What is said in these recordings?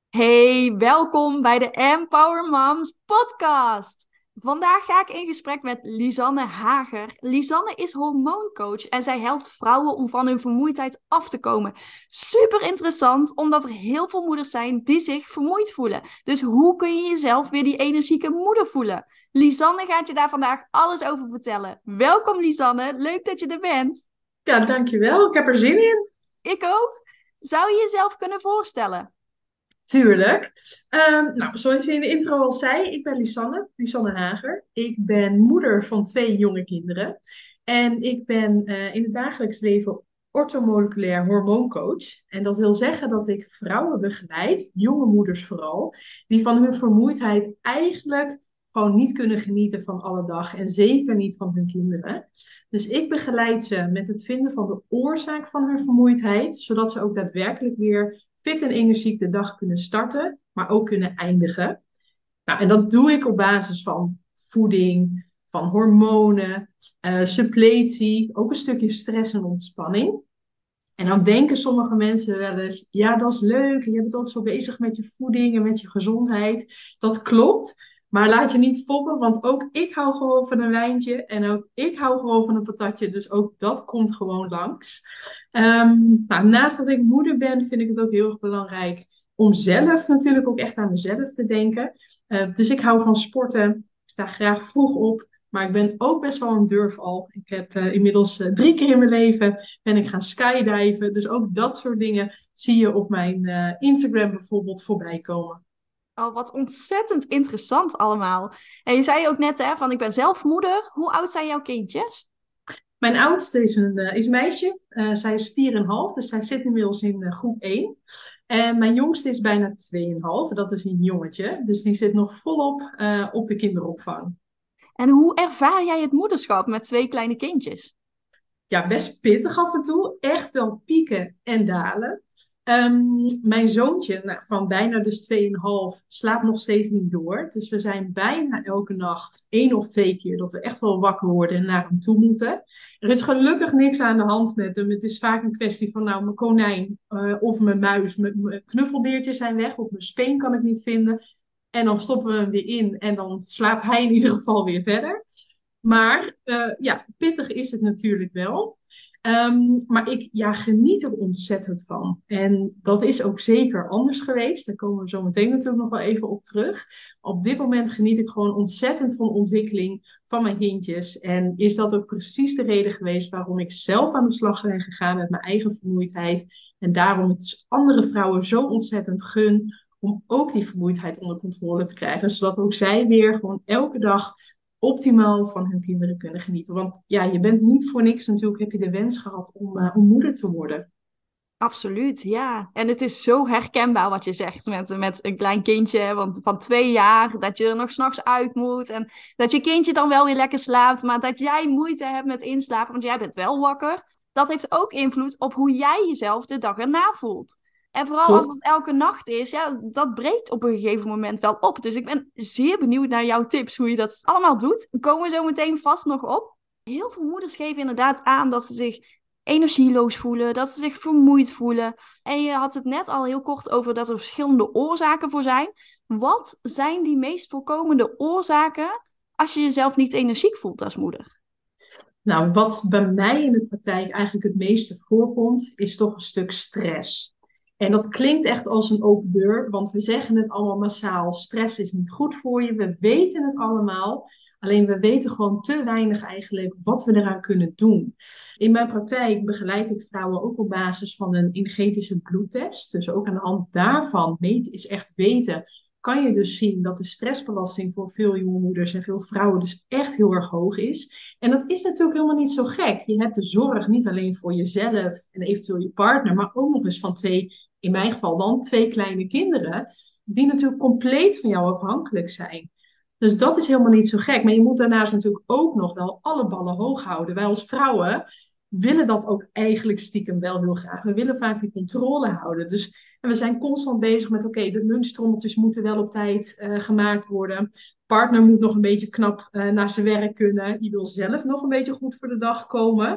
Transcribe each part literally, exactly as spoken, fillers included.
Hey, welkom bij de Empower Moms podcast. Vandaag ga ik in gesprek met Lisanne Hager. Lisanne is hormooncoach en zij helpt vrouwen om van hun vermoeidheid af te komen. Super interessant, omdat er heel veel moeders zijn die zich vermoeid voelen. Dus hoe kun je jezelf weer die energieke moeder voelen? Lisanne gaat je daar vandaag alles over vertellen. Welkom Lisanne, leuk dat je er bent. Ja, dankjewel. Ik heb er zin in. Ik ook. Zou je jezelf kunnen voorstellen? Tuurlijk. Ehm, nou, zoals je in de intro al zei, ik ben Lisanne, Lisanne Hager. Ik ben moeder van twee jonge kinderen. En ik ben eh, in het dagelijks leven orthomoleculair hormooncoach. En dat wil zeggen dat ik vrouwen begeleid, jonge moeders vooral, die van hun vermoeidheid eigenlijk gewoon niet kunnen genieten van alle dag. En zeker niet van hun kinderen. Dus ik begeleid ze met het vinden van de oorzaak van hun vermoeidheid, zodat ze ook daadwerkelijk weer fit en energiek de dag kunnen starten, maar ook kunnen eindigen. Nou, en dat doe ik op basis van voeding, van hormonen, uh, suppletie, ook een stukje stress en ontspanning. En dan denken sommige mensen wel eens, ja, dat is leuk. Je bent altijd zo bezig met je voeding en met je gezondheid. Dat klopt. Maar laat je niet foppen, want ook ik hou gewoon van een wijntje. En ook ik hou gewoon van een patatje. Dus ook dat komt gewoon langs. Ehm, nou, naast dat ik moeder ben, vind ik het ook heel erg belangrijk om zelf natuurlijk ook echt aan mezelf te denken. Uh, dus ik hou van sporten. Ik sta graag vroeg op. Maar ik ben ook best wel een durfal. Ik heb uh, inmiddels uh, drie keer in mijn leven ben ik gaan skydiven. Dus ook dat soort dingen zie je op mijn uh, Instagram bijvoorbeeld voorbij komen. Oh, wat ontzettend interessant allemaal. En je zei ook net, hè, van ik ben zelf moeder. Hoe oud zijn jouw kindjes? Mijn oudste is een, uh, is meisje. Uh, zij is vier en een half, dus zij zit inmiddels in uh, groep één. En mijn jongste is bijna twee en een half. Dat is een jongetje. Dus die zit nog volop uh, op de kinderopvang. En hoe ervaar jij het moederschap met twee kleine kindjes? Ja, best pittig af en toe. Echt wel pieken en dalen. Ehm, mijn zoontje, nou, van bijna dus twee en een half, slaapt nog steeds niet door. Dus we zijn bijna elke nacht één of twee keer dat we echt wel wakker worden en naar hem toe moeten. Er is gelukkig niks aan de hand met hem. Het is vaak een kwestie van, nou, mijn konijn uh, of mijn muis, mijn, mijn knuffelbeertjes zijn weg of mijn speen kan ik niet vinden. En dan stoppen we hem weer in en dan slaapt hij in ieder geval weer verder. Maar uh, ja, pittig is het natuurlijk wel. Um, maar ik ja, geniet er ontzettend van. En dat is ook zeker anders geweest. Daar komen we zo meteen natuurlijk nog wel even op terug. Op dit moment geniet ik gewoon ontzettend van de ontwikkeling van mijn kindjes. En is dat ook precies de reden geweest waarom ik zelf aan de slag ben gegaan met mijn eigen vermoeidheid. En daarom het dus andere vrouwen zo ontzettend gun om ook die vermoeidheid onder controle te krijgen. Zodat ook zij weer gewoon elke dag optimaal van hun kinderen kunnen genieten. Want ja, je bent niet voor niks natuurlijk, heb je de wens gehad om, uh, om moeder te worden. Absoluut, ja. En het is zo herkenbaar wat je zegt met, met een klein kindje want van twee jaar, dat je er nog s'nachts uit moet en dat je kindje dan wel weer lekker slaapt, maar dat jij moeite hebt met inslapen, want jij bent wel wakker. Dat heeft ook invloed op hoe jij jezelf de dag erna voelt. En vooral als Klopt. het elke nacht is, ja, dat breekt op een gegeven moment wel op. Dus ik ben zeer benieuwd naar jouw tips, hoe je dat allemaal doet. Daar komen we zo meteen vast nog op. Heel veel moeders geven inderdaad aan dat ze zich energieloos voelen, dat ze zich vermoeid voelen. En je had het net al heel kort over dat er verschillende oorzaken voor zijn. Wat zijn die meest voorkomende oorzaken als je jezelf niet energiek voelt als moeder? Nou, wat bij mij in de praktijk eigenlijk het meeste voorkomt, is toch een stuk stress. En dat klinkt echt als een open deur, want we zeggen het allemaal massaal. Stress is niet goed voor je. We weten het allemaal. Alleen we weten gewoon te weinig eigenlijk wat we eraan kunnen doen. In mijn praktijk begeleid ik vrouwen ook op basis van een energetische bloedtest. Dus ook aan de hand daarvan, meten is echt weten, kan je dus zien dat de stressbelasting voor veel jonge moeders en veel vrouwen dus echt heel erg hoog is. En dat is natuurlijk helemaal niet zo gek. Je hebt de zorg niet alleen voor jezelf en eventueel je partner, maar ook nog eens van twee, in mijn geval dan, twee kleine kinderen, die natuurlijk compleet van jou afhankelijk zijn. Dus dat is helemaal niet zo gek. Maar je moet daarnaast natuurlijk ook nog wel alle ballen hoog houden. Wij als vrouwen willen dat ook eigenlijk stiekem wel heel graag. We willen vaak die controle houden. Dus en we zijn constant bezig met, oké, okay, de lunchtrommeltjes moeten wel op tijd uh, gemaakt worden. Partner moet nog een beetje knap uh, naar zijn werk kunnen. Je wil zelf nog een beetje goed voor de dag komen.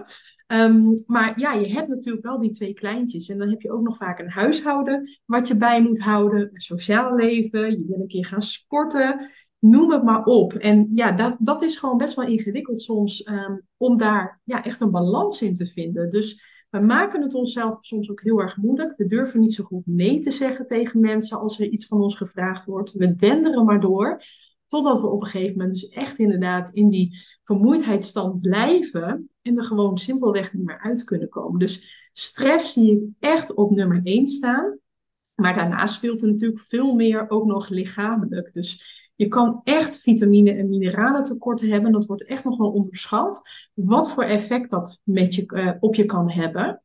Um, maar ja, je hebt natuurlijk wel die twee kleintjes. En dan heb je ook nog vaak een huishouden wat je bij moet houden. Een sociaal leven. Je wil een keer gaan sporten. Noem het maar op. En ja, dat, dat is gewoon best wel ingewikkeld soms um, om daar ja, echt een balans in te vinden. Dus we maken het onszelf soms ook heel erg moeilijk. We durven niet zo goed nee te zeggen tegen mensen als er iets van ons gevraagd wordt. We denderen maar door. Totdat we op een gegeven moment dus echt inderdaad in die vermoeidheidsstand blijven en er gewoon simpelweg niet meer uit kunnen komen. Dus stress zie ik echt op nummer één staan. Maar daarnaast speelt er natuurlijk veel meer ook nog lichamelijk. Dus je kan echt vitamine en mineralen tekorten hebben. Dat wordt echt nog wel onderschat. Wat voor effect dat met je, uh, op je kan hebben.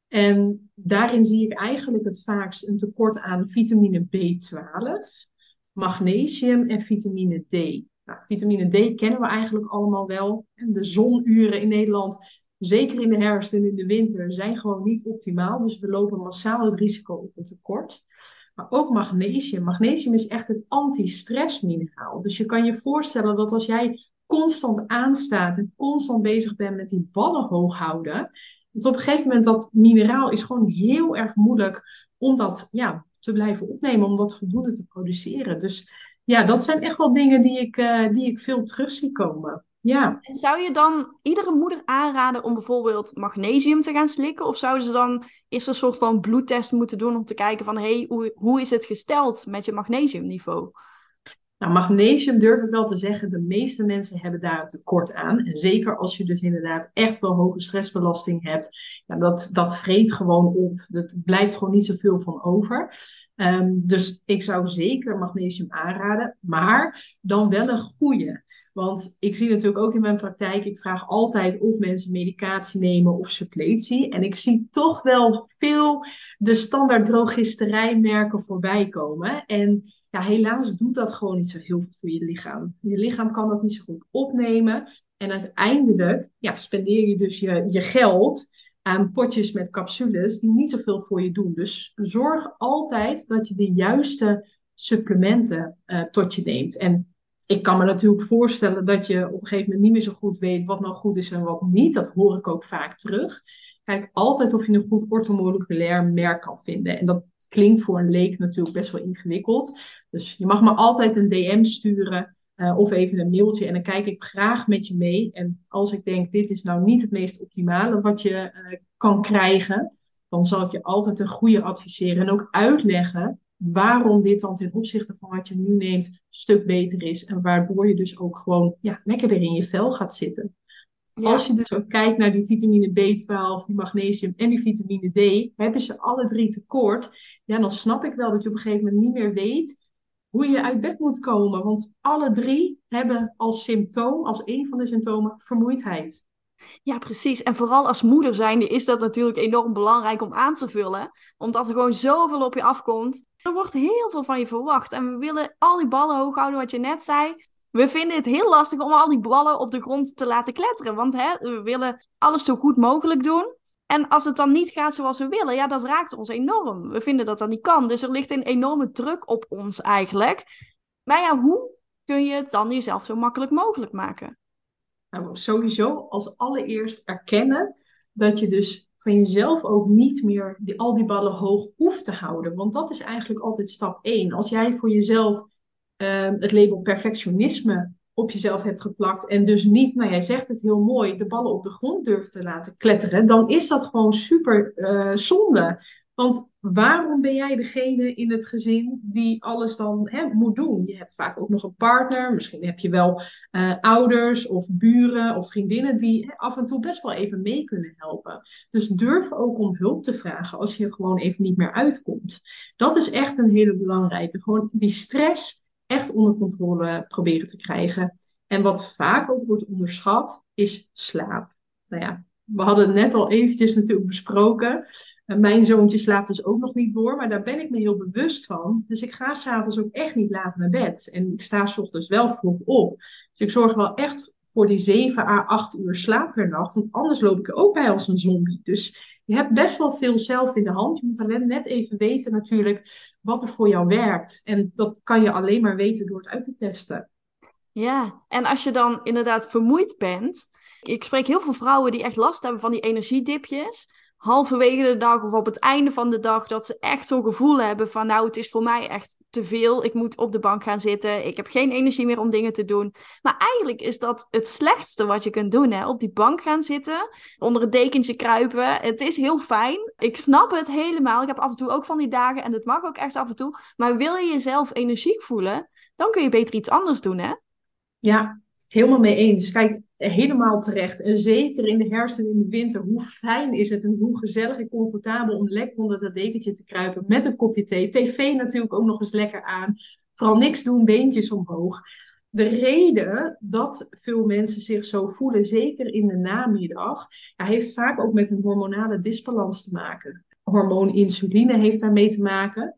En daarin zie ik eigenlijk het vaakst een tekort aan vitamine B twaalf, magnesium en vitamine D. Nou, vitamine D kennen we eigenlijk allemaal wel. En de zonuren in Nederland, zeker in de herfst en in de winter, zijn gewoon niet optimaal. Dus we lopen massaal het risico op een tekort. Maar ook magnesium. Magnesium is echt het anti-stressmineraal. Dus je kan je voorstellen dat als jij constant aanstaat en constant bezig bent met die ballen hoog houden, dat op een gegeven moment dat mineraal is gewoon heel erg moeilijk om dat ja, te blijven opnemen, om dat voldoende te produceren. Dus ja, dat zijn echt wel dingen die ik, uh, die ik veel terug zie komen. Ja. En zou je dan iedere moeder aanraden om bijvoorbeeld magnesium te gaan slikken? Of zouden ze dan eerst een soort van bloedtest moeten doen om te kijken van, hey, hoe, hoe is het gesteld met je magnesiumniveau? Nou, magnesium durf ik wel te zeggen, de meeste mensen hebben daar een tekort aan. En zeker als je dus inderdaad echt wel hoge stressbelasting hebt, ja, dat, dat vreet gewoon op. Dat blijft gewoon niet zoveel van over. Um, dus ik zou zeker magnesium aanraden, maar dan wel een goede. Want ik zie natuurlijk ook in mijn praktijk, ik vraag altijd of mensen medicatie nemen of suppletie. En ik zie toch wel veel de standaard drogisterijmerken voorbij komen. En ja, helaas doet dat gewoon niet zo heel veel voor je lichaam. Je lichaam kan dat niet zo goed opnemen. En uiteindelijk ja, spendeer je dus je, je geld aan potjes met capsules die niet zoveel voor je doen. Dus zorg altijd dat je de juiste supplementen uh, tot je neemt. En ik kan me natuurlijk voorstellen dat je op een gegeven moment niet meer zo goed weet wat nou goed is en wat niet. Dat hoor ik ook vaak terug. Kijk altijd of je een goed orthomoleculair merk kan vinden. En dat klinkt voor een leek natuurlijk best wel ingewikkeld. Dus je mag me altijd een D M sturen uh, of even een mailtje. En dan kijk ik graag met je mee. En als ik denk, dit is nou niet het meest optimale wat je uh, kan krijgen, dan zal ik je altijd een goede adviseren. En ook uitleggen waarom dit dan ten opzichte van wat je nu neemt een stuk beter is. En waardoor je dus ook gewoon ja, lekkerder in je vel gaat zitten. Ja. Als je dus ook kijkt naar die vitamine B twaalf, die magnesium en die vitamine D, hebben ze alle drie tekort. Ja, dan snap ik wel dat je op een gegeven moment niet meer weet hoe je uit bed moet komen. Want alle drie hebben als symptoom, als een van de symptomen, vermoeidheid. Ja, precies. En vooral als moeder zijnde is dat natuurlijk enorm belangrijk om aan te vullen. Omdat er gewoon zoveel op je afkomt. Er wordt heel veel van je verwacht. En we willen al die ballen hoog houden, wat je net zei. We vinden het heel lastig om al die ballen op de grond te laten kletteren. Want hè, we willen alles zo goed mogelijk doen. En als het dan niet gaat zoals we willen, ja, dat raakt ons enorm. We vinden dat dat niet kan. Dus er ligt een enorme druk op ons eigenlijk. Maar ja, hoe kun je het dan jezelf zo makkelijk mogelijk maken? Nou, sowieso als allereerst erkennen dat je dus van jezelf ook niet meer die, al die ballen hoog hoeft te houden. Want dat is eigenlijk altijd stap één. Als jij voor jezelf uh, het label perfectionisme op jezelf hebt geplakt en dus niet, nou jij zegt het heel mooi, de ballen op de grond durft te laten kletteren, dan is dat gewoon super uh, zonde. Want waarom ben jij degene in het gezin die alles dan hè, moet doen? Je hebt vaak ook nog een partner, misschien heb je wel uh, ouders of buren of vriendinnen die hè, af en toe best wel even mee kunnen helpen. Dus durf ook om hulp te vragen als je gewoon even niet meer uitkomt. Dat is echt een hele belangrijke. Gewoon die stress echt onder controle proberen te krijgen. En wat vaak ook wordt onderschat, is slaap. Nou ja, we hadden het net al eventjes natuurlijk besproken. Uh, mijn zoontje slaapt dus ook nog niet door, maar daar ben ik me heel bewust van. Dus ik ga s'avonds ook echt niet laat naar bed. En ik sta 's ochtends wel vroeg op. Dus ik zorg wel echt voor die zeven à acht uur slaap per nacht. Want anders loop ik er ook bij als een zombie. Dus je hebt best wel veel zelf in de hand. Je moet alleen net even weten natuurlijk wat er voor jou werkt. En dat kan je alleen maar weten door het uit te testen. Ja, en als je dan inderdaad vermoeid bent. Ik spreek heel veel vrouwen die echt last hebben van die energiedipjes. Halverwege de dag of op het einde van de dag. Dat ze echt zo'n gevoel hebben van nou, het is voor mij echt te veel. Ik moet op de bank gaan zitten. Ik heb geen energie meer om dingen te doen. Maar eigenlijk is dat het slechtste wat je kunt doen. Hè? Op die bank gaan zitten. Onder het dekentje kruipen. Het is heel fijn. Ik snap het helemaal. Ik heb af en toe ook van die dagen. En dat mag ook echt af en toe. Maar wil je jezelf energiek voelen, dan kun je beter iets anders doen, hè? Ja, helemaal mee eens. Kijk, helemaal terecht. En zeker in de herfst en in de winter. Hoe fijn is het en hoe gezellig en comfortabel om lekker onder dat dekentje te kruipen met een kopje thee. T V natuurlijk ook nog eens lekker aan. Vooral niks doen, beentjes omhoog. De reden dat veel mensen zich zo voelen, zeker in de namiddag, ja, heeft vaak ook met een hormonale disbalans te maken. Hormoon insuline heeft daarmee te maken.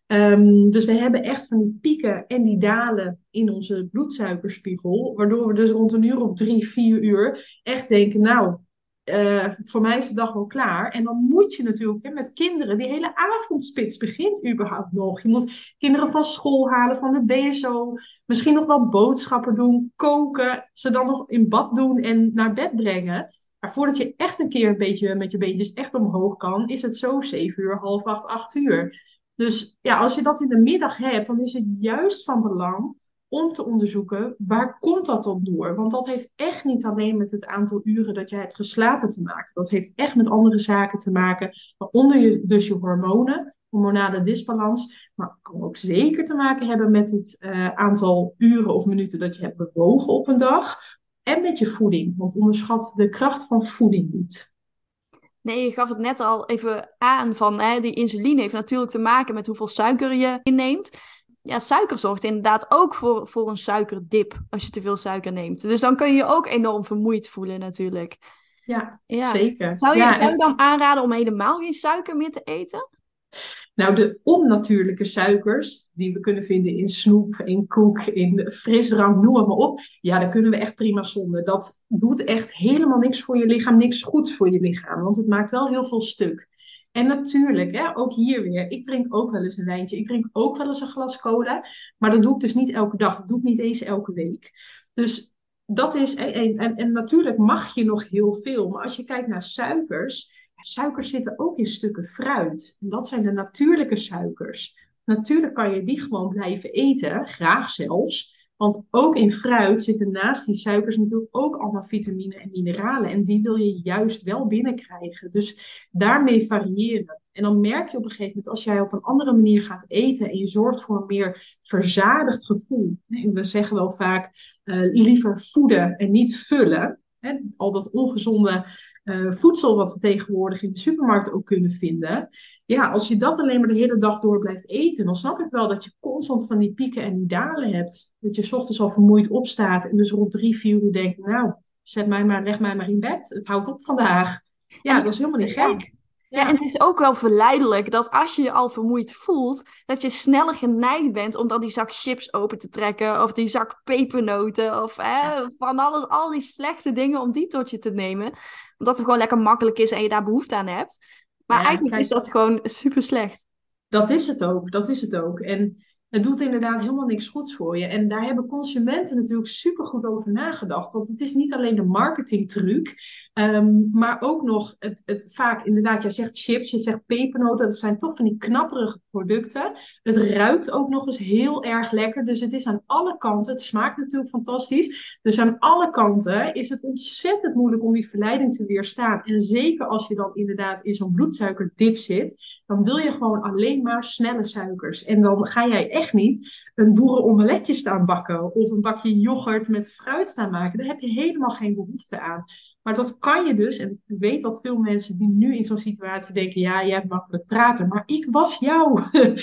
Um, dus we hebben echt van die pieken en die dalen in onze bloedsuikerspiegel, waardoor we dus rond een uur of drie, vier uur echt denken, nou, uh, voor mij is de dag wel klaar. En dan moet je natuurlijk hè, met kinderen, die hele avondspits begint überhaupt nog. Je moet kinderen van school halen, van de B S O, misschien nog wel boodschappen doen, koken, ze dan nog in bad doen en naar bed brengen. Maar voordat je echt een keer een beetje met je beentjes echt omhoog kan, is het zo zeven uur, half acht, acht uur. Dus ja, als je dat in de middag hebt, dan is het juist van belang om te onderzoeken waar komt dat dan door. Want dat heeft echt niet alleen met het aantal uren dat jij hebt geslapen te maken. Dat heeft echt met andere zaken te maken, waaronder je, dus je hormonen, hormonale disbalans. Maar het kan ook zeker te maken hebben met het uh, aantal uren of minuten dat je hebt bewogen op een dag. En met je voeding, want onderschat de kracht van voeding niet. Nee, je gaf het net al even aan van hè, die insuline heeft natuurlijk te maken met hoeveel suiker je inneemt. Ja, suiker zorgt inderdaad ook voor, voor een suikerdip als je te veel suiker neemt. Dus dan kun je je ook enorm vermoeid voelen natuurlijk. Ja, Ja. zeker. Zou je, Ja, zou je en... dan aanraden om helemaal geen suiker meer te eten? Nou, de onnatuurlijke suikers die we kunnen vinden in snoep, in koek, in frisdrank, noem het maar op. Ja, daar kunnen we echt prima zonder. Dat doet echt helemaal niks voor je lichaam, niks goeds voor je lichaam. Want het maakt wel heel veel stuk. En natuurlijk, hè, ook hier weer, ik drink ook wel eens een wijntje. Ik drink ook wel eens een glas cola. Maar dat doe ik dus niet elke dag. Dat doe ik niet eens elke week. Dus dat is, en, en, en natuurlijk mag je nog heel veel. Maar als je kijkt naar suikers. Suikers zitten ook in stukken fruit. En dat zijn de natuurlijke suikers. Natuurlijk kan je die gewoon blijven eten, graag zelfs. Want ook in fruit zitten naast die suikers natuurlijk ook allemaal vitamine en mineralen. En die wil je juist wel binnenkrijgen. Dus daarmee variëren. En dan merk je op een gegeven moment, als jij op een andere manier gaat eten en je zorgt voor een meer verzadigd gevoel. We zeggen wel vaak uh, liever voeden en niet vullen. Hè? Al dat ongezonde uh, voedsel wat we tegenwoordig in de supermarkt ook kunnen vinden. Ja, als je dat alleen maar de hele dag door blijft eten, dan snap ik wel dat je constant van die pieken en die dalen hebt. Dat je 's ochtends al vermoeid opstaat en dus rond drie, vier uur denkt, nou, zet mij maar, leg mij maar in bed. Het houdt op vandaag. Ja, En dat is het, helemaal niet ja. gek. Ja, en Ja, het is ook wel verleidelijk dat als je je al vermoeid voelt, dat je sneller geneigd bent om dan die zak chips open te trekken of die zak pepernoten of hè, van alles, al die slechte dingen om die tot je te nemen. Omdat het gewoon lekker makkelijk is en je daar behoefte aan hebt. Maar ja, eigenlijk is kijk. dat gewoon super slecht. Dat is het ook, dat is het ook. En het doet inderdaad helemaal niks goeds voor je. En daar hebben consumenten natuurlijk super goed over nagedacht. Want het is niet alleen de marketingtruc, um, maar ook nog het, het vaak inderdaad, jij zegt chips, je zegt pepernoten, dat zijn toch van die knapperige producten. Het ruikt ook nog eens heel erg lekker, dus het is aan alle kanten, het smaakt natuurlijk fantastisch. Dus aan alle kanten is het ontzettend moeilijk om die verleiding te weerstaan. En zeker als je dan inderdaad in zo'n bloedsuikerdip zit, dan wil je gewoon alleen maar snelle suikers. En dan ga jij echt niet een boerenomeletje staan bakken of een bakje yoghurt met fruit staan maken. Daar heb je helemaal geen behoefte aan. Maar dat kan je dus, en ik weet dat veel mensen die nu in zo'n situatie denken, ja, jij hebt makkelijk praten, maar ik was jou.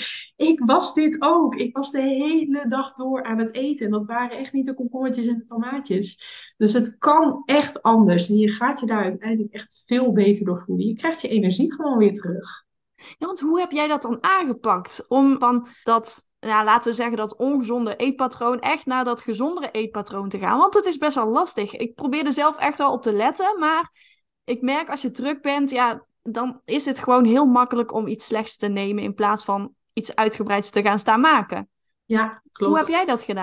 Ik was dit ook. Ik was de hele dag door aan het eten. En dat waren echt niet de komkommertjes en de tomaatjes. Dus het kan echt anders. En je gaat je daar uiteindelijk echt veel beter door voelen. Je krijgt je energie gewoon weer terug. Ja, want hoe heb jij dat dan aangepakt? Om van dat, nou, laten we zeggen, dat ongezonde eetpatroon echt naar dat gezondere eetpatroon te gaan? Want het is best wel lastig. Ik probeer er zelf echt wel op te letten, maar ik merk als je druk bent, ja, dan is het gewoon heel makkelijk om iets slechts te nemen in plaats van iets uitgebreids te gaan staan maken. Ja, Hoe heb klopt. jij dat gedaan?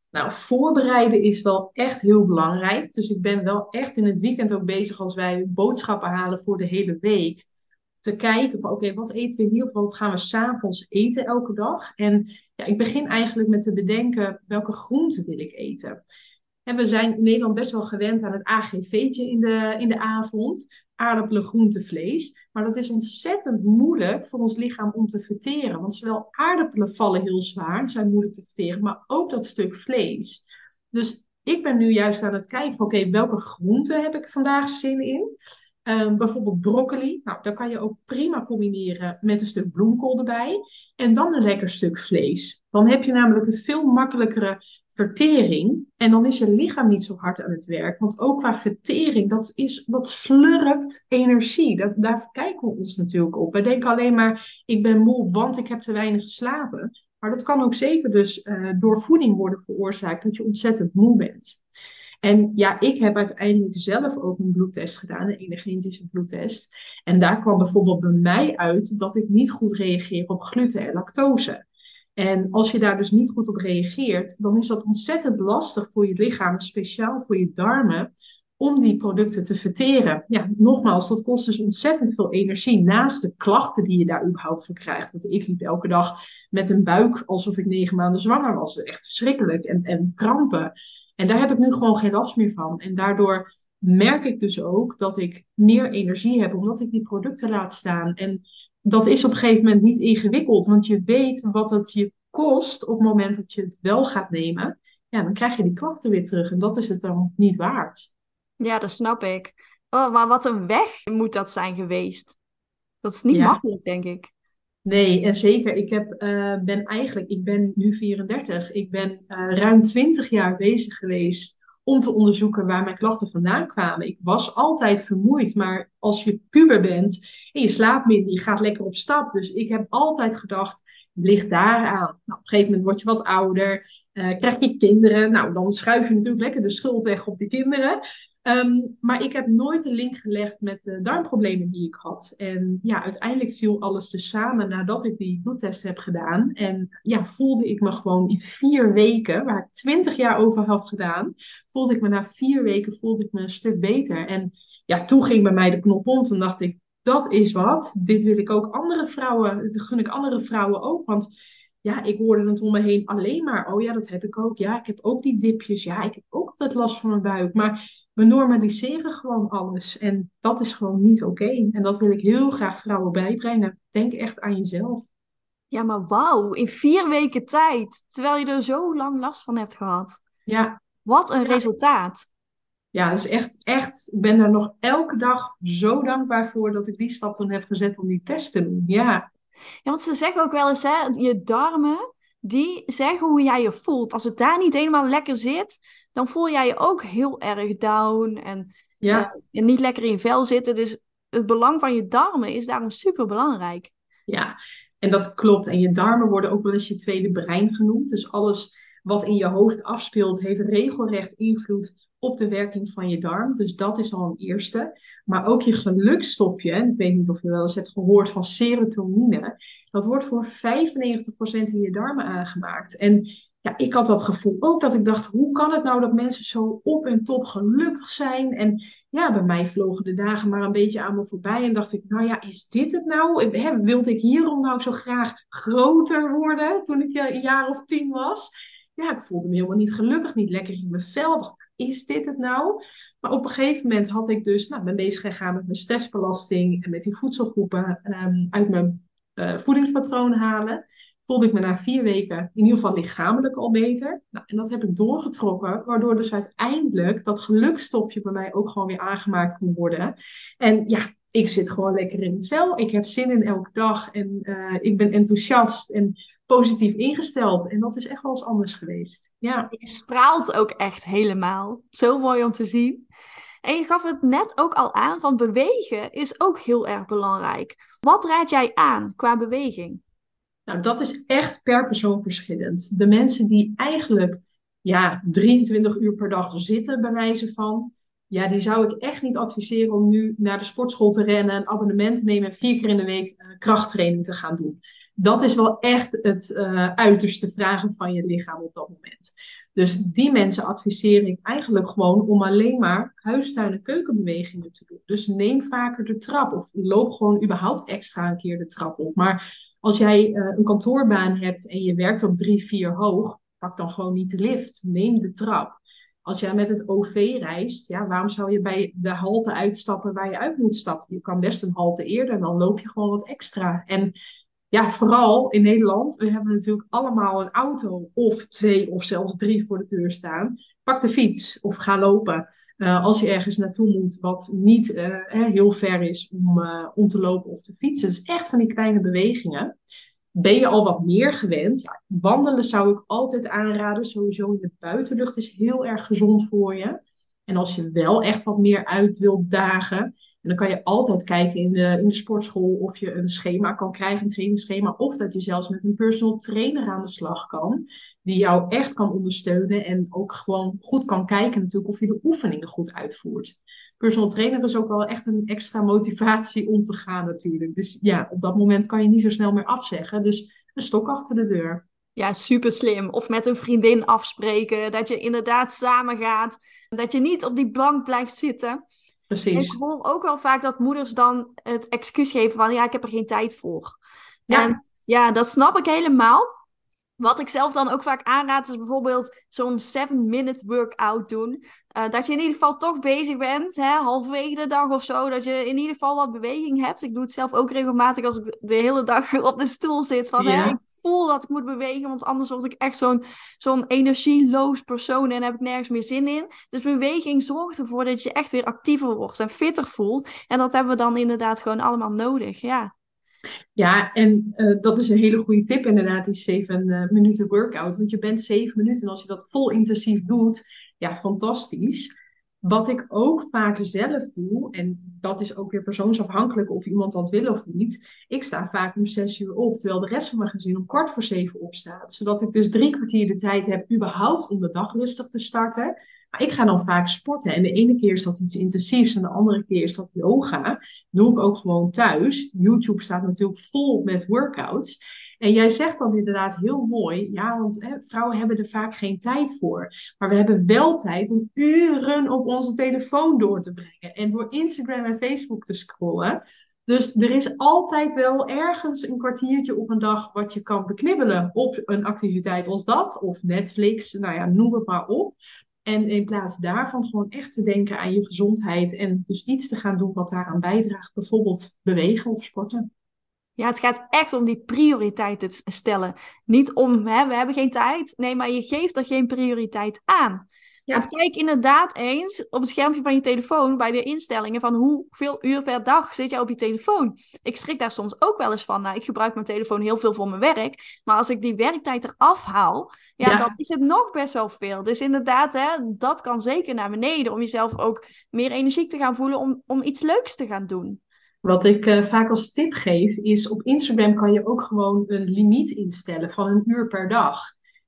Nou, voorbereiden is wel echt heel belangrijk. Dus ik ben wel echt in het weekend ook bezig als wij boodschappen halen voor de hele week. Te kijken van oké, wat eten we in ieder geval? Wat gaan we s'avonds eten elke dag? En ja, ik begin eigenlijk met te bedenken welke groenten wil ik eten. En we zijn in Nederland best wel gewend aan het A G V'tje in de, in de avond. Aardappelen, groente, vlees. Maar dat is ontzettend moeilijk voor ons lichaam om te verteren. Want zowel aardappelen vallen heel zwaar, zijn moeilijk te verteren, maar ook dat stuk vlees. Dus ik ben nu juist aan het kijken van oké, welke groenten heb ik vandaag zin in? Ehm, bijvoorbeeld broccoli. Nou, daar kan je ook prima combineren met een stuk bloemkool erbij. En dan een lekker stuk vlees. Dan heb je namelijk een veel makkelijkere vertering. En dan is je lichaam niet zo hard aan het werk. Want ook qua vertering, dat, is, dat slurpt energie. Dat, daar kijken we ons natuurlijk op. We denken alleen maar, ik ben moe, want ik heb te weinig geslapen. Maar dat kan ook zeker dus uh, door voeding worden veroorzaakt, dat je ontzettend moe bent. En ja, ik heb uiteindelijk zelf ook een bloedtest gedaan, een energetische bloedtest. En daar kwam bijvoorbeeld bij mij uit dat ik niet goed reageer op gluten en lactose. En als je daar dus niet goed op reageert, dan is dat ontzettend lastig voor je lichaam, speciaal voor je darmen, om die producten te verteren. Ja, nogmaals, dat kost dus ontzettend veel energie naast de klachten die je daar überhaupt van krijgt. Want ik liep elke dag met een buik alsof ik negen maanden zwanger was. Echt verschrikkelijk. En, en krampen. En daar heb ik nu gewoon geen last meer van. En daardoor merk ik dus ook dat ik meer energie heb, omdat ik die producten laat staan. En dat is op een gegeven moment niet ingewikkeld, want je weet wat het je kost op het moment dat je het wel gaat nemen. Ja, dan krijg je die klachten weer terug en dat is het dan niet waard. Ja, dat snap ik. Oh, maar wat een weg moet dat zijn geweest. Dat is niet Ja, makkelijk, denk ik. nee, en zeker. Ik heb, eh, ben eigenlijk, ik ben nu vierendertig. Ik ben eh, ruim twintig jaar bezig geweest om te onderzoeken waar mijn klachten vandaan kwamen. Ik was altijd vermoeid, maar als je puber bent en je slaapt minder, je gaat lekker op stap. Dus ik heb altijd gedacht, het ligt daaraan. Nou, op een gegeven moment word je wat ouder, eh, krijg je kinderen. Nou, dan schuif je natuurlijk lekker de schuld weg op de kinderen. Ehm, maar ik heb nooit een link gelegd met de darmproblemen die ik had. En ja, uiteindelijk viel alles dus samen nadat ik die bloedtest heb gedaan. En ja, voelde ik me gewoon in vier weken, waar ik twintig jaar over had gedaan, voelde ik me na vier weken voelde ik me een stuk beter. En ja, toen ging bij mij de knop om. Toen dacht ik, dat is wat. Dit wil ik ook andere vrouwen, dit gun ik andere vrouwen ook. Want ja, ik hoorde het om me heen alleen maar. Oh ja, dat heb ik ook. Ja, ik heb ook die dipjes. Ja, ik heb ook altijd last van mijn buik. Maar we normaliseren gewoon alles. En dat is gewoon niet oké. En dat wil ik heel graag vrouwen bijbrengen. Denk echt aan jezelf. Ja, maar wauw, in vier weken tijd, terwijl je er zo lang last van hebt gehad. Ja, Wat een ja, resultaat. ja, dat is echt, echt. Ik ben daar nog elke dag zo dankbaar voor dat ik die stap toen heb gezet om die test te doen. Ja, Ja, want ze zeggen ook wel eens, hè, je darmen, die zeggen hoe jij je voelt. Als het daar niet helemaal lekker zit, dan voel jij je ook heel erg down en, eh, ja, en niet lekker in je vel zitten. Dus het belang van je darmen is daarom super belangrijk. ja. En dat klopt. En je darmen worden ook wel eens je tweede brein genoemd. Dus alles wat in je hoofd afspeelt, heeft regelrecht invloed op de werking van je darm. Dus dat is al een eerste. Maar ook je gelukstofje, en ik weet niet of je wel eens hebt gehoord van serotonine, dat wordt voor vijfennegentig procent in je darmen aangemaakt. En ja, ik had dat gevoel ook dat ik dacht, hoe kan het nou dat mensen zo op en top gelukkig zijn? En ja, bij mij vlogen de dagen maar een beetje aan me voorbij. En dacht ik, nou ja, is dit het nou? Hè, wilde ik hierom nou zo graag groter worden toen ik eh, een jaar of tien was? Ja, ik voelde me helemaal niet gelukkig, niet lekker in mijn vel. Ik dacht, is dit het nou? Maar op een gegeven moment had ik dus, nou, ben bezig gegaan met mijn stressbelasting en met die voedselgroepen ehm, uit mijn eh, voedingspatroon halen. Voelde ik me na vier weken in ieder geval lichamelijk al beter. Nou, en dat heb ik doorgetrokken, waardoor dus uiteindelijk dat gelukstofje bij mij ook gewoon weer aangemaakt kon worden. En ja, ik zit gewoon lekker in het vel. Ik heb zin in elke dag en eh, ik ben enthousiast en positief ingesteld. En dat is echt wel eens anders geweest. Ja. Je straalt ook echt helemaal. Zo mooi om te zien. En je gaf het net ook al aan, van bewegen is ook heel erg belangrijk. Wat raad jij aan qua beweging? Nou, dat is echt per persoon verschillend. De mensen die eigenlijk ja, drieëntwintig uur per dag zitten, bij wijze van, ja, die zou ik echt niet adviseren om nu naar de sportschool te rennen, een abonnement te nemen en vier keer in de week eh, krachttraining te gaan doen. Dat is wel echt het eh, uiterste vragen van je lichaam op dat moment. Dus die mensen adviseer ik eigenlijk gewoon om alleen maar huistuin- en keukenbewegingen te doen. Dus neem vaker de trap of loop gewoon überhaupt extra een keer de trap op. Maar als jij uh, een kantoorbaan hebt en je werkt op drie, vier hoog, pak dan gewoon niet de lift. Neem de trap. Als jij met het O V reist, ja, waarom zou je bij de halte uitstappen waar je uit moet stappen? Je kan best een halte eerder en dan loop je gewoon wat extra. En ja, vooral in Nederland, we hebben natuurlijk allemaal een auto of twee of zelfs drie voor de deur staan. Pak de fiets of ga lopen. Uh, als je ergens naartoe moet wat niet uh, heel ver is om, uh, om te lopen of te fietsen. Dus echt van die kleine bewegingen. Ben je al wat meer gewend? Ja, wandelen zou ik altijd aanraden. Sowieso in de buitenlucht is heel erg gezond voor je. En als je wel echt wat meer uit wilt dagen, en dan kan je altijd kijken in de, in de sportschool of je een schema kan krijgen, een trainingsschema, of dat je zelfs met een personal trainer aan de slag kan, die jou echt kan ondersteunen en ook gewoon goed kan kijken natuurlijk of je de oefeningen goed uitvoert. Personal trainer is ook wel echt een extra motivatie om te gaan natuurlijk. Dus ja, op dat moment kan je niet zo snel meer afzeggen. Dus een stok achter de deur. Ja, super slim. Of met een vriendin afspreken. Dat je inderdaad samen gaat. Dat je niet op die bank blijft zitten. Ik Precies. hoor ook wel vaak dat moeders dan het excuus geven van... ja, ik heb er geen tijd voor. Ja, En ja, dat snap ik helemaal. Wat ik zelf dan ook vaak aanraad is bijvoorbeeld zo'n seven minute workout doen. Uh, dat je in ieder geval toch bezig bent, hè, halverwege de dag of zo. Dat je in ieder geval wat beweging hebt. Ik doe het zelf ook regelmatig als ik de hele dag op de stoel zit. Van, hè, ik ja. voel dat ik moet bewegen, want anders word ik echt zo'n zo'n energieloos persoon en heb ik nergens meer zin in. Dus beweging zorgt ervoor dat je echt weer actiever wordt en fitter voelt. En dat hebben we dan inderdaad gewoon allemaal nodig, ja. Ja, en uh, dat is een hele goede tip inderdaad, die zeven uh, minuten workout. Want je bent zeven minuten en als je dat vol intensief doet, ja, fantastisch. Wat ik ook vaak zelf doe, en dat is ook weer persoonsafhankelijk of iemand dat wil of niet. Ik sta vaak om zes uur op, terwijl de rest van mijn gezin om kwart voor zeven opstaat. Zodat ik dus drie kwartier de tijd heb überhaupt om de dag rustig te starten. Maar ik ga dan vaak sporten. En de ene keer is dat iets intensiefs en de andere keer is dat yoga. Doe ik ook gewoon thuis. YouTube staat natuurlijk vol met workouts. En jij zegt dan inderdaad heel mooi, ja, want hè, vrouwen hebben er vaak geen tijd voor. Maar we hebben wel tijd om uren op onze telefoon door te brengen en door Instagram en Facebook te scrollen. Dus er is altijd wel ergens een kwartiertje op een dag wat je kan beknibbelen op een activiteit als dat. Of Netflix, nou ja, noem het maar op. En in plaats daarvan gewoon echt te denken aan je gezondheid en dus iets te gaan doen wat daaraan bijdraagt. Bijvoorbeeld bewegen of sporten. Ja, het gaat echt om die prioriteiten te stellen. Niet om, hè, we hebben geen tijd. Nee, maar je geeft er geen prioriteit aan. Want Ja, kijk inderdaad eens op het schermpje van je telefoon bij de instellingen van hoeveel uur per dag zit jij op je telefoon. Ik schrik daar soms ook wel eens van. Nou, ik gebruik mijn telefoon heel veel voor mijn werk. Maar als ik die werktijd eraf haal, ja, dan ja. is het nog best wel veel. Dus inderdaad, hè, dat kan zeker naar beneden om jezelf ook meer energiek te gaan voelen om, om iets leuks te gaan doen. Wat ik uh, vaak als tip geef, is op Instagram kan je ook gewoon een limiet instellen van een uur per dag.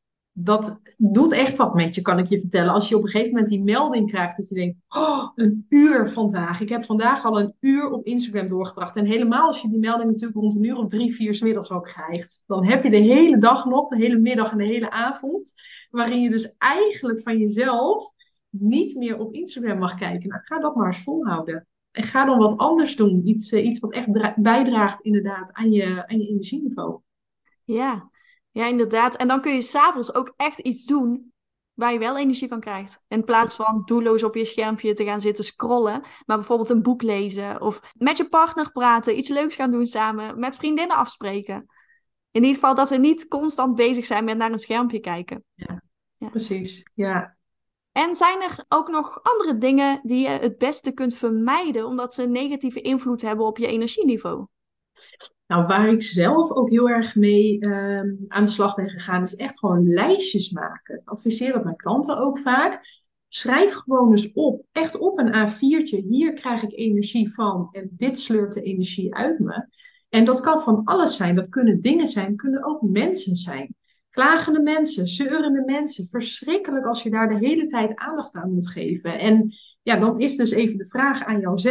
Dat doet echt wat met je, kan ik je vertellen. Als je op een gegeven moment die melding krijgt, dat je denkt, oh, een uur vandaag. Ik heb vandaag al een uur op Instagram doorgebracht. En helemaal als je die melding natuurlijk rond een uur of drie, vier 's middags ook krijgt. Dan heb je de hele dag nog, de hele middag en de hele avond. Waarin je dus eigenlijk van jezelf niet meer op Instagram mag kijken. Nou, ga dat maar eens volhouden. En ga dan wat anders doen. Iets, uh, iets wat echt dra- bijdraagt inderdaad aan je, aan je energieniveau. Ja, ja, inderdaad. En dan kun je s'avonds ook echt iets doen waar je wel energie van krijgt. In plaats van doelloos op je schermpje te gaan zitten scrollen, maar bijvoorbeeld een boek lezen of met je partner praten, iets leuks gaan doen samen, met vriendinnen afspreken. In ieder geval dat we niet constant bezig zijn met naar een schermpje kijken. Ja, Ja. precies. Ja. En zijn er ook nog andere dingen die je het beste kunt vermijden, omdat ze een negatieve invloed hebben op je energieniveau? Nou, waar ik zelf ook heel erg mee ehm, aan de slag ben gegaan, is echt gewoon lijstjes maken. Ik adviseer dat mijn klanten ook vaak. Schrijf gewoon eens op, echt op een A viertje. Hier krijg ik energie van en dit sleurt de energie uit me. En dat kan van alles zijn. Dat kunnen dingen zijn, kunnen ook mensen zijn. Klagende mensen, zeurende mensen. Verschrikkelijk als je daar de hele tijd aandacht aan moet geven. En ja, dan is dus even de vraag aan jouzelf.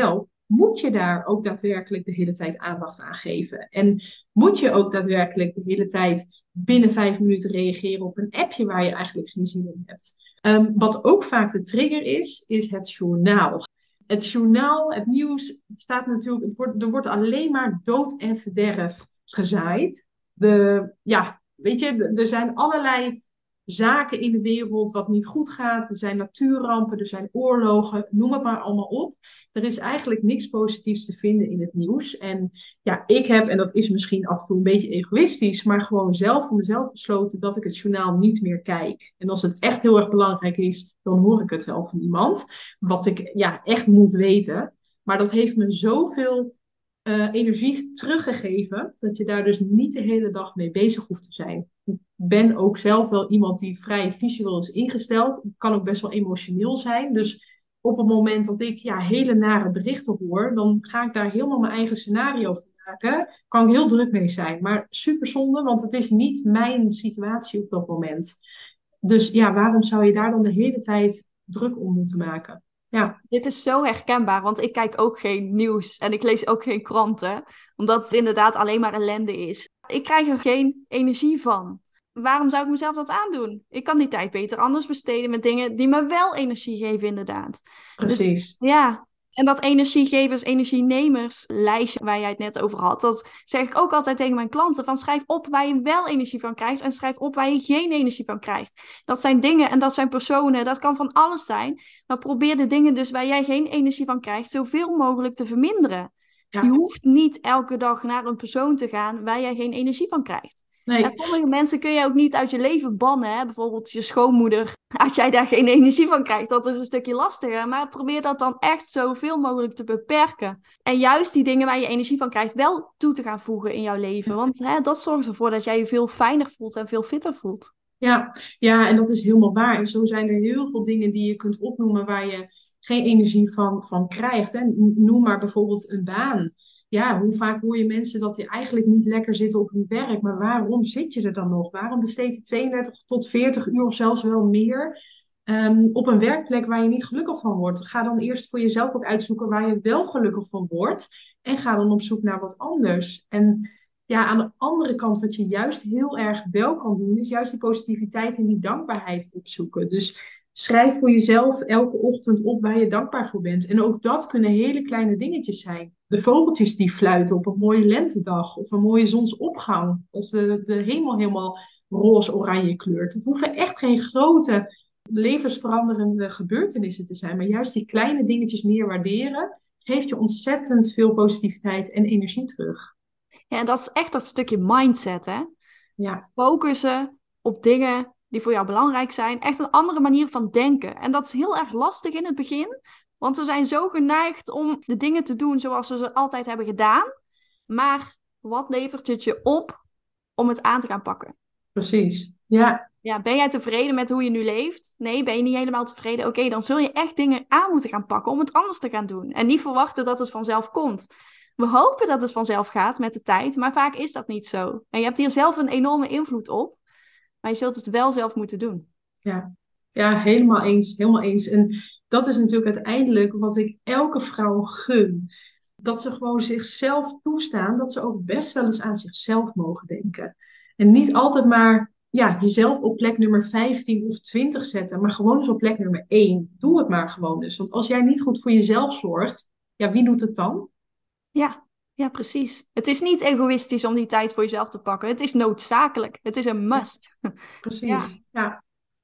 moet je daar ook daadwerkelijk de hele tijd aandacht aan geven? En moet je ook daadwerkelijk de hele tijd binnen vijf minuten reageren op een appje waar je eigenlijk geen zin in hebt? Um, wat ook vaak de trigger is, is het journaal. Het journaal, het nieuws, het staat natuurlijk, het wordt, er wordt alleen maar dood en verderf gezaaid. De, ja, weet je, er zijn allerlei zaken in de wereld wat niet goed gaat. Er zijn natuurrampen, er zijn oorlogen, noem het maar allemaal op. Er is eigenlijk niks positiefs te vinden in het nieuws. En ja, ik heb, en dat is misschien af en toe een beetje egoïstisch, maar gewoon zelf voor mezelf besloten dat ik het journaal niet meer kijk. En als het echt heel erg belangrijk is, dan hoor ik het wel van iemand. Wat ik ja, echt moet weten. Maar dat heeft me zoveel uh, energie teruggegeven, dat je daar dus niet de hele dag mee bezig hoeft te zijn. Ik ben ook zelf wel iemand die vrij visueel is ingesteld. Ik kan ook best wel emotioneel zijn. Dus op het moment dat ik ja, hele nare berichten hoor, dan ga ik daar helemaal mijn eigen scenario van maken. Kan ik heel druk mee zijn. Maar super zonde, want het is niet mijn situatie op dat moment. Dus ja, waarom zou je daar dan de hele tijd druk om moeten maken? Ja, Dit is zo herkenbaar, want ik kijk ook geen nieuws en ik lees ook geen kranten, omdat het inderdaad alleen maar ellende is. Ik krijg er geen energie van. Waarom zou ik mezelf dat aandoen? Ik kan die tijd beter anders besteden met dingen die me wel energie geven, inderdaad. Dus precies. ja, en dat energiegevers, energienemers lijstje waar jij het net over had, dat zeg ik ook altijd tegen mijn klanten, van schrijf op waar je wel energie van krijgt en schrijf op waar je geen energie van krijgt. Dat zijn dingen en dat zijn personen, dat kan van alles zijn, maar probeer de dingen dus waar jij geen energie van krijgt, zoveel mogelijk te verminderen. Je Ja, hoeft niet elke dag naar een persoon te gaan waar jij geen energie van krijgt. En nee. sommige mensen kun je ook niet uit je leven bannen. Hè? Bijvoorbeeld je schoonmoeder. Als jij daar geen energie van krijgt, dat is een stukje lastiger. Maar probeer dat dan echt zoveel mogelijk te beperken. En juist die dingen waar je energie van krijgt, wel toe te gaan voegen in jouw leven. Want hè, dat zorgt ervoor dat jij je veel fijner voelt en veel fitter voelt. Ja, ja, en dat is helemaal waar. En zo zijn er heel veel dingen die je kunt opnoemen waar je geen energie van, van krijgt. Hè. Noem maar bijvoorbeeld een baan. Ja, hoe vaak hoor je mensen dat die eigenlijk niet lekker zitten op hun werk, maar waarom zit je er dan nog? Waarom besteed je tweeëndertig tot veertig uur of zelfs wel meer ehm, op een werkplek waar je niet gelukkig van wordt? Ga dan eerst voor jezelf ook uitzoeken waar je wel gelukkig van wordt en ga dan op zoek naar wat anders. En ja, aan de andere kant, wat je juist heel erg wel kan doen, is juist die positiviteit en die dankbaarheid opzoeken. Dus schrijf voor jezelf elke ochtend op waar je dankbaar voor bent. En ook dat kunnen hele kleine dingetjes zijn. De vogeltjes die fluiten op een mooie lentedag of een mooie zonsopgang. Als de, de hemel helemaal roze-oranje kleurt. Het hoeven echt geen grote levensveranderende gebeurtenissen te zijn. Maar juist die kleine dingetjes meer waarderen, geeft je ontzettend veel positiviteit en energie terug. Ja, en dat is echt dat stukje mindset, hè? Ja. Focussen op dingen die voor jou belangrijk zijn. Echt een andere manier van denken. En dat is heel erg lastig in het begin. Want we zijn zo geneigd om de dingen te doen zoals we ze altijd hebben gedaan. Maar wat levert het je op om het aan te gaan pakken? Precies. Ja, Ja, ben jij tevreden met hoe je nu leeft? Nee, ben je niet helemaal tevreden? Oké, dan zul je echt dingen aan moeten gaan pakken om het anders te gaan doen. En niet verwachten dat het vanzelf komt. We hopen dat het vanzelf gaat met de tijd, maar vaak is dat niet zo. En je hebt hier zelf een enorme invloed op, maar je zult het wel zelf moeten doen. ja. Ja, helemaal eens. Helemaal eens. En dat is natuurlijk uiteindelijk wat ik elke vrouw gun. Dat ze gewoon zichzelf toestaan, dat ze ook best wel eens aan zichzelf mogen denken. En niet altijd maar ja, jezelf op plek nummer vijftien of twintig zetten, maar gewoon eens op plek nummer één. Doe het maar gewoon eens. Want als jij niet goed voor jezelf zorgt, ja, wie doet het dan? Ja, ja, precies. Het is niet egoïstisch om die tijd voor jezelf te pakken. Het is noodzakelijk. Het is een Ja, must. Ja. precies. Ja.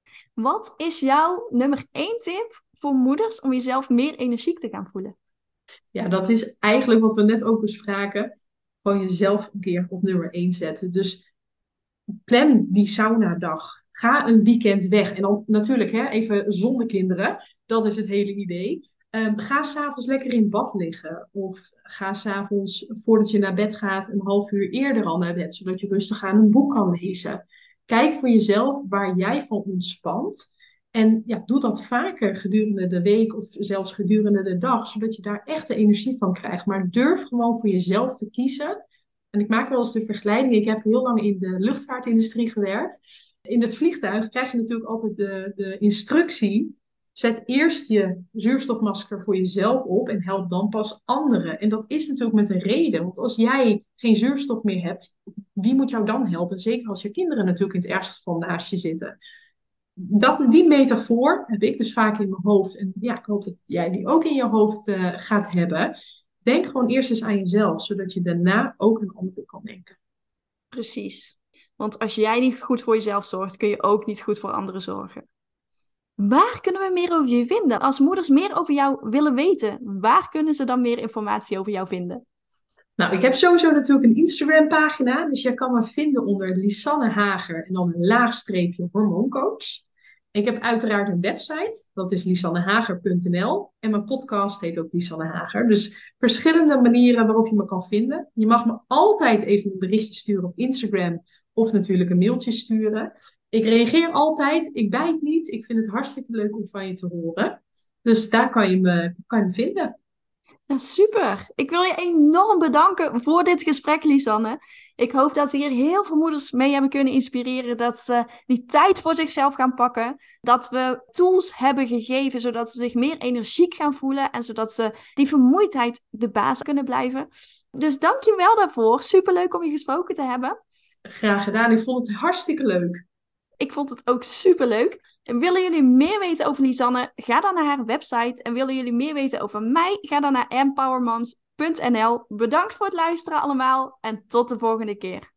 Wat is jouw nummer één tip voor moeders om jezelf meer energiek te gaan voelen? Ja, dat is eigenlijk wat we net ook bespraken. Gewoon jezelf een keer op nummer één zetten. Dus plan die saunadag. Ga een weekend weg. En dan natuurlijk hè, even zonder kinderen. Dat is het hele idee. Um, ga s'avonds lekker in bad liggen. Of ga s'avonds, voordat je naar bed gaat, een half uur eerder al naar bed. Zodat je rustig aan een boek kan lezen. Kijk voor jezelf waar jij van ontspant. En ja, doe dat vaker gedurende de week of zelfs gedurende de dag. Zodat je daar echt de energie van krijgt. Maar durf gewoon voor jezelf te kiezen. En ik maak wel eens de vergelijking. Ik heb heel lang in de luchtvaartindustrie gewerkt. In het vliegtuig krijg je natuurlijk altijd de, de instructie. Zet eerst je zuurstofmasker voor jezelf op en help dan pas anderen. En dat is natuurlijk met een reden. Want als jij geen zuurstof meer hebt, wie moet jou dan helpen? Zeker als je kinderen natuurlijk in het ergste geval naast je zitten. Dat, die metafoor heb ik dus vaak in mijn hoofd. En ja, ik hoop dat jij die ook in je hoofd uh, gaat hebben. Denk gewoon eerst eens aan jezelf, zodat je daarna ook aan anderen kan denken. Precies. Want als jij niet goed voor jezelf zorgt, kun je ook niet goed voor anderen zorgen. Waar kunnen we meer over je vinden? Als moeders meer over jou willen weten, waar kunnen ze dan meer informatie over jou vinden? Nou, ik heb sowieso natuurlijk een Instagram pagina. Dus jij kan me vinden onder Lisanne Hager en dan een laagstreepje hormooncoach. Ik heb uiteraard een website, dat is lisannehager punt n l. En mijn podcast heet ook Lisanne Hager. Dus verschillende manieren waarop je me kan vinden. Je mag me altijd even een berichtje sturen op Instagram of natuurlijk een mailtje sturen. Ik reageer altijd, ik bijt niet. Ik vind het hartstikke leuk om van je te horen. Dus daar kan je me, kan je me vinden. Nou, super. Ik wil je enorm bedanken voor dit gesprek, Lisanne. Ik hoop dat we hier heel veel moeders mee hebben kunnen inspireren. Dat ze die tijd voor zichzelf gaan pakken. Dat we tools hebben gegeven, zodat ze zich meer energiek gaan voelen. En zodat ze die vermoeidheid de baas kunnen blijven. Dus dank je wel daarvoor. Superleuk om je gesproken te hebben. Graag gedaan. Ik vond het hartstikke leuk. Ik vond het ook superleuk. En willen jullie meer weten over Lisanne? Ga dan naar haar website. En willen jullie meer weten over mij? Ga dan naar empowermoms punt n l. Bedankt voor het luisteren allemaal. En tot de volgende keer.